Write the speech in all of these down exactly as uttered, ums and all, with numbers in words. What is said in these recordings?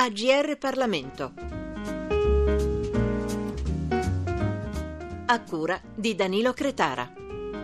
A G R Parlamento, a cura di Danilo Cretara.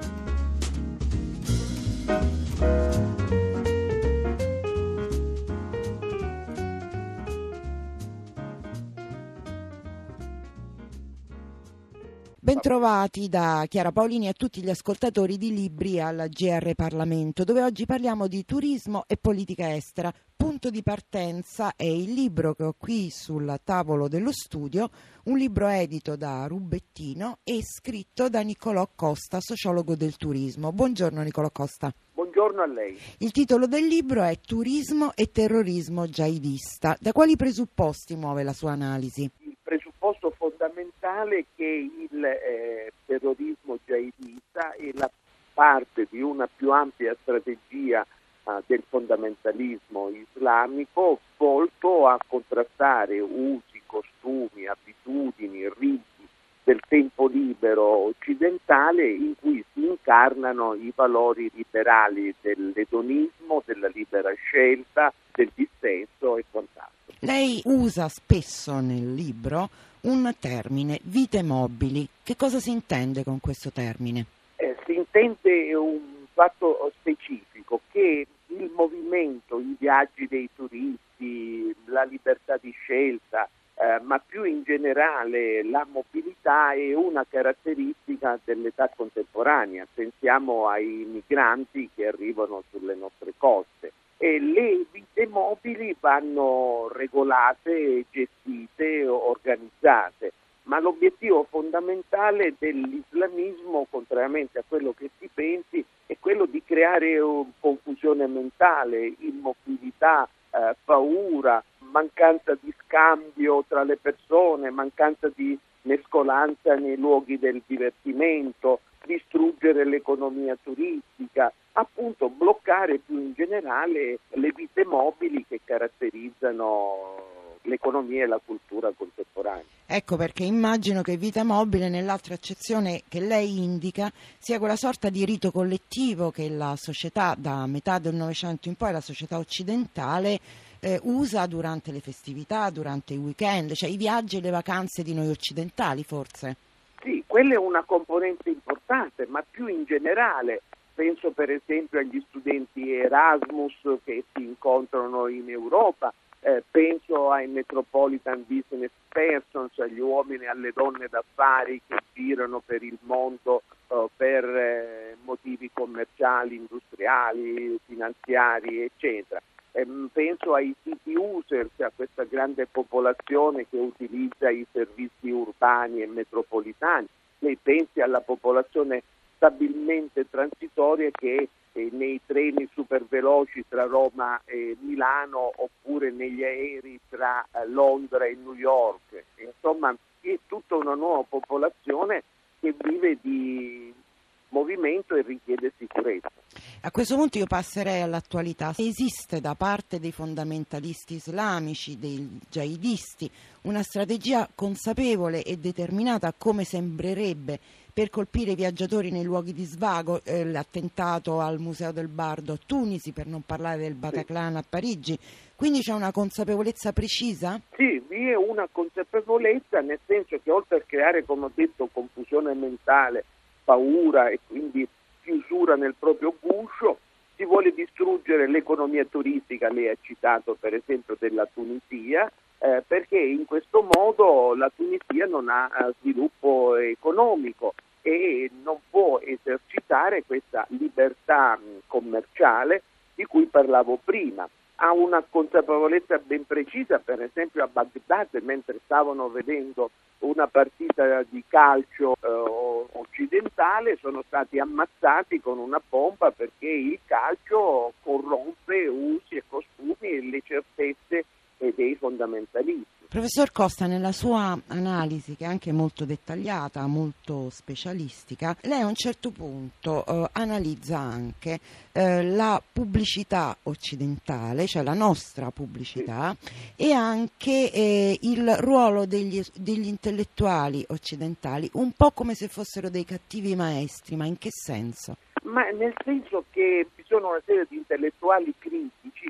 Bentrovati da Chiara Paolini e a tutti gli ascoltatori di Libri alla G R Parlamento, dove oggi parliamo di turismo e politica estera. Punto di partenza è il libro che ho qui sul tavolo dello studio, un libro edito da Rubettino e scritto da Nicolò Costa, sociologo del turismo. Buongiorno Nicolò Costa. Buongiorno a lei. Il titolo del libro è Turismo e terrorismo jihadista. Da quali presupposti muove la sua analisi? Il presupposto fondamentale è che il eh, terrorismo jihadista è la parte di una più ampia strategia eh, del fondamentalismo islamico volto a contrastare usi, costumi, abitudini, riti del tempo libero occidentale in cui si incarnano i valori liberali dell'edonismo, della libera scelta, del dissenso e quant'altro. Lei usa spesso nel libro un termine, vite mobili. Che cosa si intende con questo termine? Eh, si intende un fatto specifico, che il movimento, i viaggi dei turisti, la libertà di scelta, eh, ma più in generale la mobilità è una caratteristica dell'età contemporanea. Pensiamo ai migranti che arrivano sulle nostre coste. E le vite mobili vanno regolate, gestite, organizzate, ma l'obiettivo fondamentale dell'islamismo, contrariamente a quello che si pensi, è quello di creare confusione mentale, immobilità, eh, paura, mancanza di scambio tra le persone, mancanza di mescolanza nei luoghi del divertimento, distruggere l'economia turistica, appunto bloccare più in generale le vite mobili che caratterizzano l'economia e la cultura contemporanea. Ecco perché immagino che vita mobile, nell'altra accezione che lei indica, sia quella sorta di rito collettivo che la società, da metà del Novecento in poi, la società occidentale eh, usa durante le festività, durante i weekend, cioè i viaggi e le vacanze di noi occidentali forse. Sì, quella è una componente importante, ma più in generale. Penso per esempio agli studenti Erasmus che si incontrano in Europa, eh, penso ai Metropolitan Business Persons, agli uomini e alle donne d'affari che girano per il mondo eh, per eh, motivi commerciali, industriali, finanziari, eccetera. Eh, penso ai city users, a questa grande popolazione che utilizza i servizi urbani e metropolitani. Lei pensi alla popolazione stabilmente transitoria che eh, nei treni superveloci tra Roma e Milano oppure negli aerei tra eh, Londra e New York. Insomma, è tutta una nuova popolazione che vive di movimento e richiede sicurezza. A questo punto io passerei all'attualità. Esiste da parte dei fondamentalisti islamici, dei jihadisti, una strategia consapevole e determinata, come sembrerebbe, per colpire i viaggiatori nei luoghi di svago, eh, l'attentato al Museo del Bardo a Tunisi, per non parlare del Bataclan a Parigi. Quindi c'è una consapevolezza precisa? Sì, vi è una consapevolezza, nel senso che oltre a creare, come ho detto, confusione mentale, paura e quindi chiusura nel proprio guscio, si vuole distruggere l'economia turistica. Lei ha citato per esempio della Tunisia, eh, perché in questo modo la Tunisia non ha eh, sviluppo economico e non può esercitare questa libertà mh, commerciale di cui parlavo prima. Ha una consapevolezza ben precisa, per esempio a Baghdad, mentre stavano vedendo una partita di calcio eh, occidentale, sono stati ammazzati con una bomba perché il calcio corrompe usi e costumi e le certezze eh, dei fondamentalisti. Professor Costa, nella sua analisi, che è anche molto dettagliata, molto specialistica, lei a un certo punto eh, analizza anche eh, la pubblicità occidentale, cioè la nostra pubblicità, sì, e anche eh, il ruolo degli, degli intellettuali occidentali, un po' come se fossero dei cattivi maestri. Ma in che senso? Ma nel senso che vi sono una serie di intellettuali critici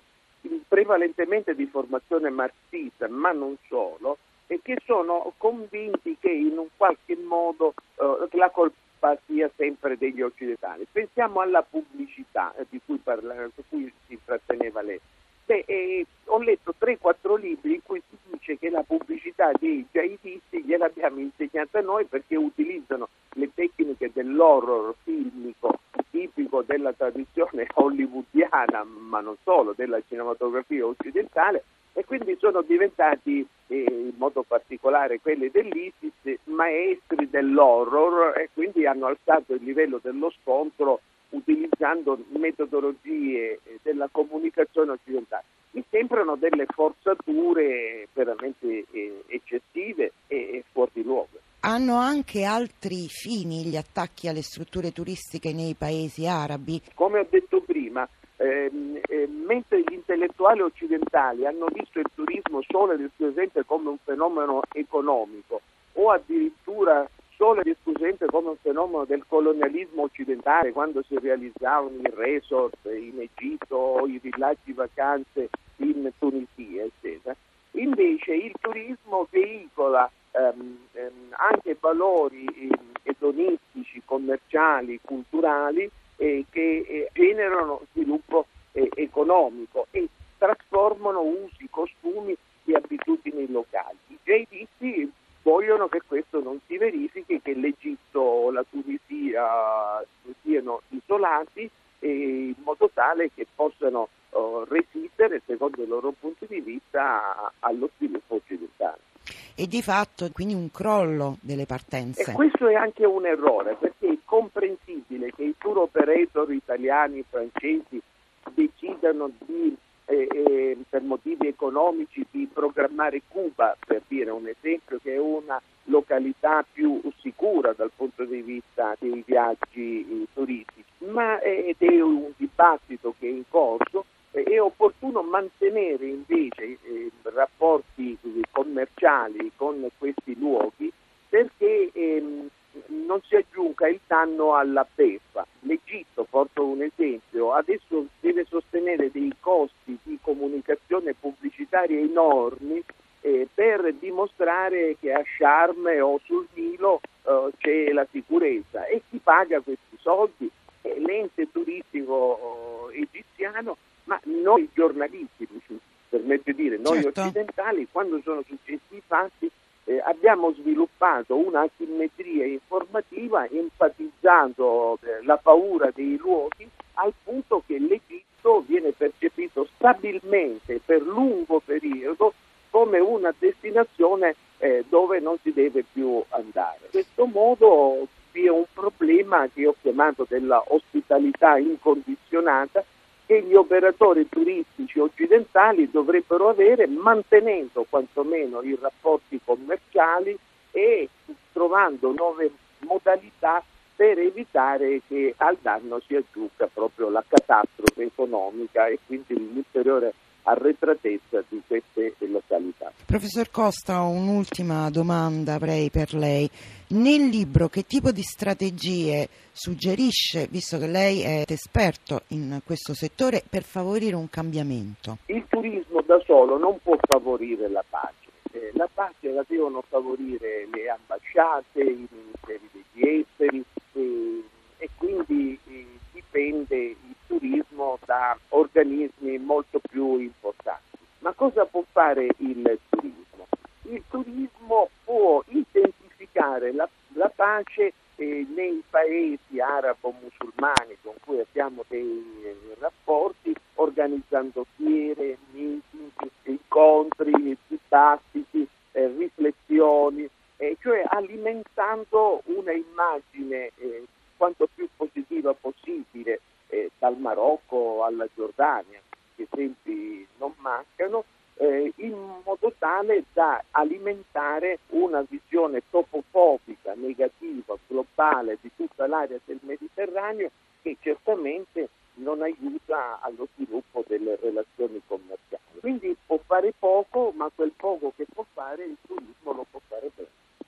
prevalentemente di formazione marxista, ma non solo, e che sono convinti che in un qualche modo eh, la colpa sia sempre degli occidentali. Pensiamo alla pubblicità eh, di, cui parla, di cui si intratteneva lei. Beh, eh, ho letto tre quattro libri in cui si dice che la pubblicità dei jihadisti gliel'abbiamo insegnata noi perché utilizzano le tecniche dell'horror filmico tipico della tradizione hollywoodiana, ma non solo, della cinematografia occidentale, e quindi sono diventati, eh, in modo particolare quelli dell'ISIS, maestri dell'horror, e quindi hanno alzato il livello dello scontro utilizzando metodologie della comunicazione occidentale. Mi sembrano delle forzature veramente eh, eccessive e, e fuori di luogo. Hanno anche altri fini gli attacchi alle strutture turistiche nei paesi arabi? Come ho detto prima, ehm, eh, mentre gli intellettuali occidentali hanno visto il turismo solo ed esclusivamente come un fenomeno economico, o addirittura solo ed esclusivamente come un fenomeno del colonialismo occidentale, quando si realizzavano i resort in Egitto o i villaggi vacanze in Tunisia, eccetera. Invece il turismo veicola ehm, ehm, anche valori eh, edonistici, commerciali, culturali eh, che eh, generano sviluppo eh, economico e trasformano usi, costumi e abitudini locali. I jihadisti vogliono che questo non si verifichi, che l'Egitto o la Tunisia siano isolati eh, in modo tale che possano uh, resistere, secondo il loro punto di vista, allo sviluppo occidentale. E di fatto quindi un crollo delle partenze. E questo è anche un errore, perché è comprensibile che i tour operator italiani, francesi decidano di Eh, eh, per motivi economici di programmare Cuba, per dire un esempio, che è una località più sicura dal punto di vista dei viaggi eh, turistici, ma eh, ed è un dibattito che è in corso. Eh, è opportuno mantenere invece eh, rapporti eh, commerciali con questi luoghi, perché ehm, non si aggiunga il danno alla beffa. L'Egitto, porto un esempio, adesso deve sostenere dei costi di comunicazione pubblicitaria enormi eh, per dimostrare che a Sharm o sul Nilo eh, c'è la sicurezza, e chi paga questi soldi è l'ente turistico eh, egiziano, ma noi giornalisti, mi permette di dire, noi certo. occidentali, quando sono successi i fatti, Eh, abbiamo sviluppato una asimmetria informativa enfatizzando eh, la paura dei luoghi, al punto che l'Egitto viene percepito stabilmente per lungo periodo come una destinazione eh, dove non si deve più andare. In questo modo vi è un problema che ho chiamato della ospitalità incondizionata, che gli operatori turistici occidentali dovrebbero avere, mantenendo quantomeno i rapporti commerciali e trovando nuove modalità per evitare che al danno si aggiunga proprio la catastrofe economica e quindi l'ulteriore arretratezza di queste località. Professor Costa, un'ultima domanda avrei per lei. Nel libro che tipo di strategie suggerisce, visto che lei è esperto in questo settore, per favorire un cambiamento? Il turismo da solo non può favorire la pace. Eh, la pace la devono favorire le ambasciate, i ministeri degli esteri eh, e quindi eh, dipende il turismo da organismi molto più importanti. Ma cosa può fare il turismo? Il turismo può intensificare la, la pace eh, nei paesi arabo-musulmani con cui abbiamo dei eh, rapporti, organizzando fiere, meeting, incontri, dibattiti, eh, riflessioni, eh, cioè alimentando una immagine eh, quanto più positiva possibile, eh, dal Marocco alla Giordania, che esempi non mancano, eh, in modo tale da alimentare una visione topofobica, negativa, globale di tutta l'area del Mediterraneo, che certamente non aiuta allo sviluppo delle relazioni commerciali. Quindi può fare poco, ma quel poco che può fare il turismo lo può fare bene.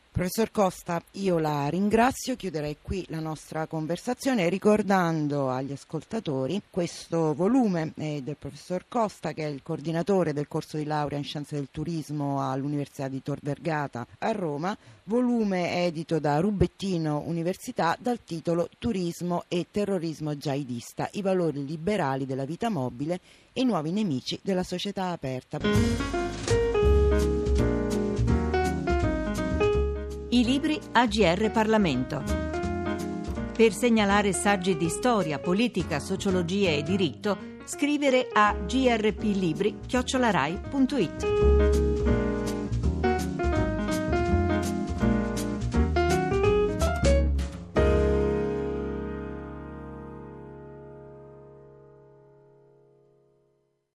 Professor Costa, io la ringrazio, chiuderei qui la nostra conversazione ricordando agli ascoltatori questo volume eh, del professor Costa, che è il coordinatore del corso di laurea in Scienze del Turismo all'Università di Tor Vergata a Roma, volume edito da Rubettino Università dal titolo Turismo e terrorismo jihadista, i valori liberali della vita mobile e i nuovi nemici della società aperta. I libri A G R Parlamento. Per segnalare saggi di storia, politica, sociologia e diritto, scrivere a grplibri chiocciola rai punto it.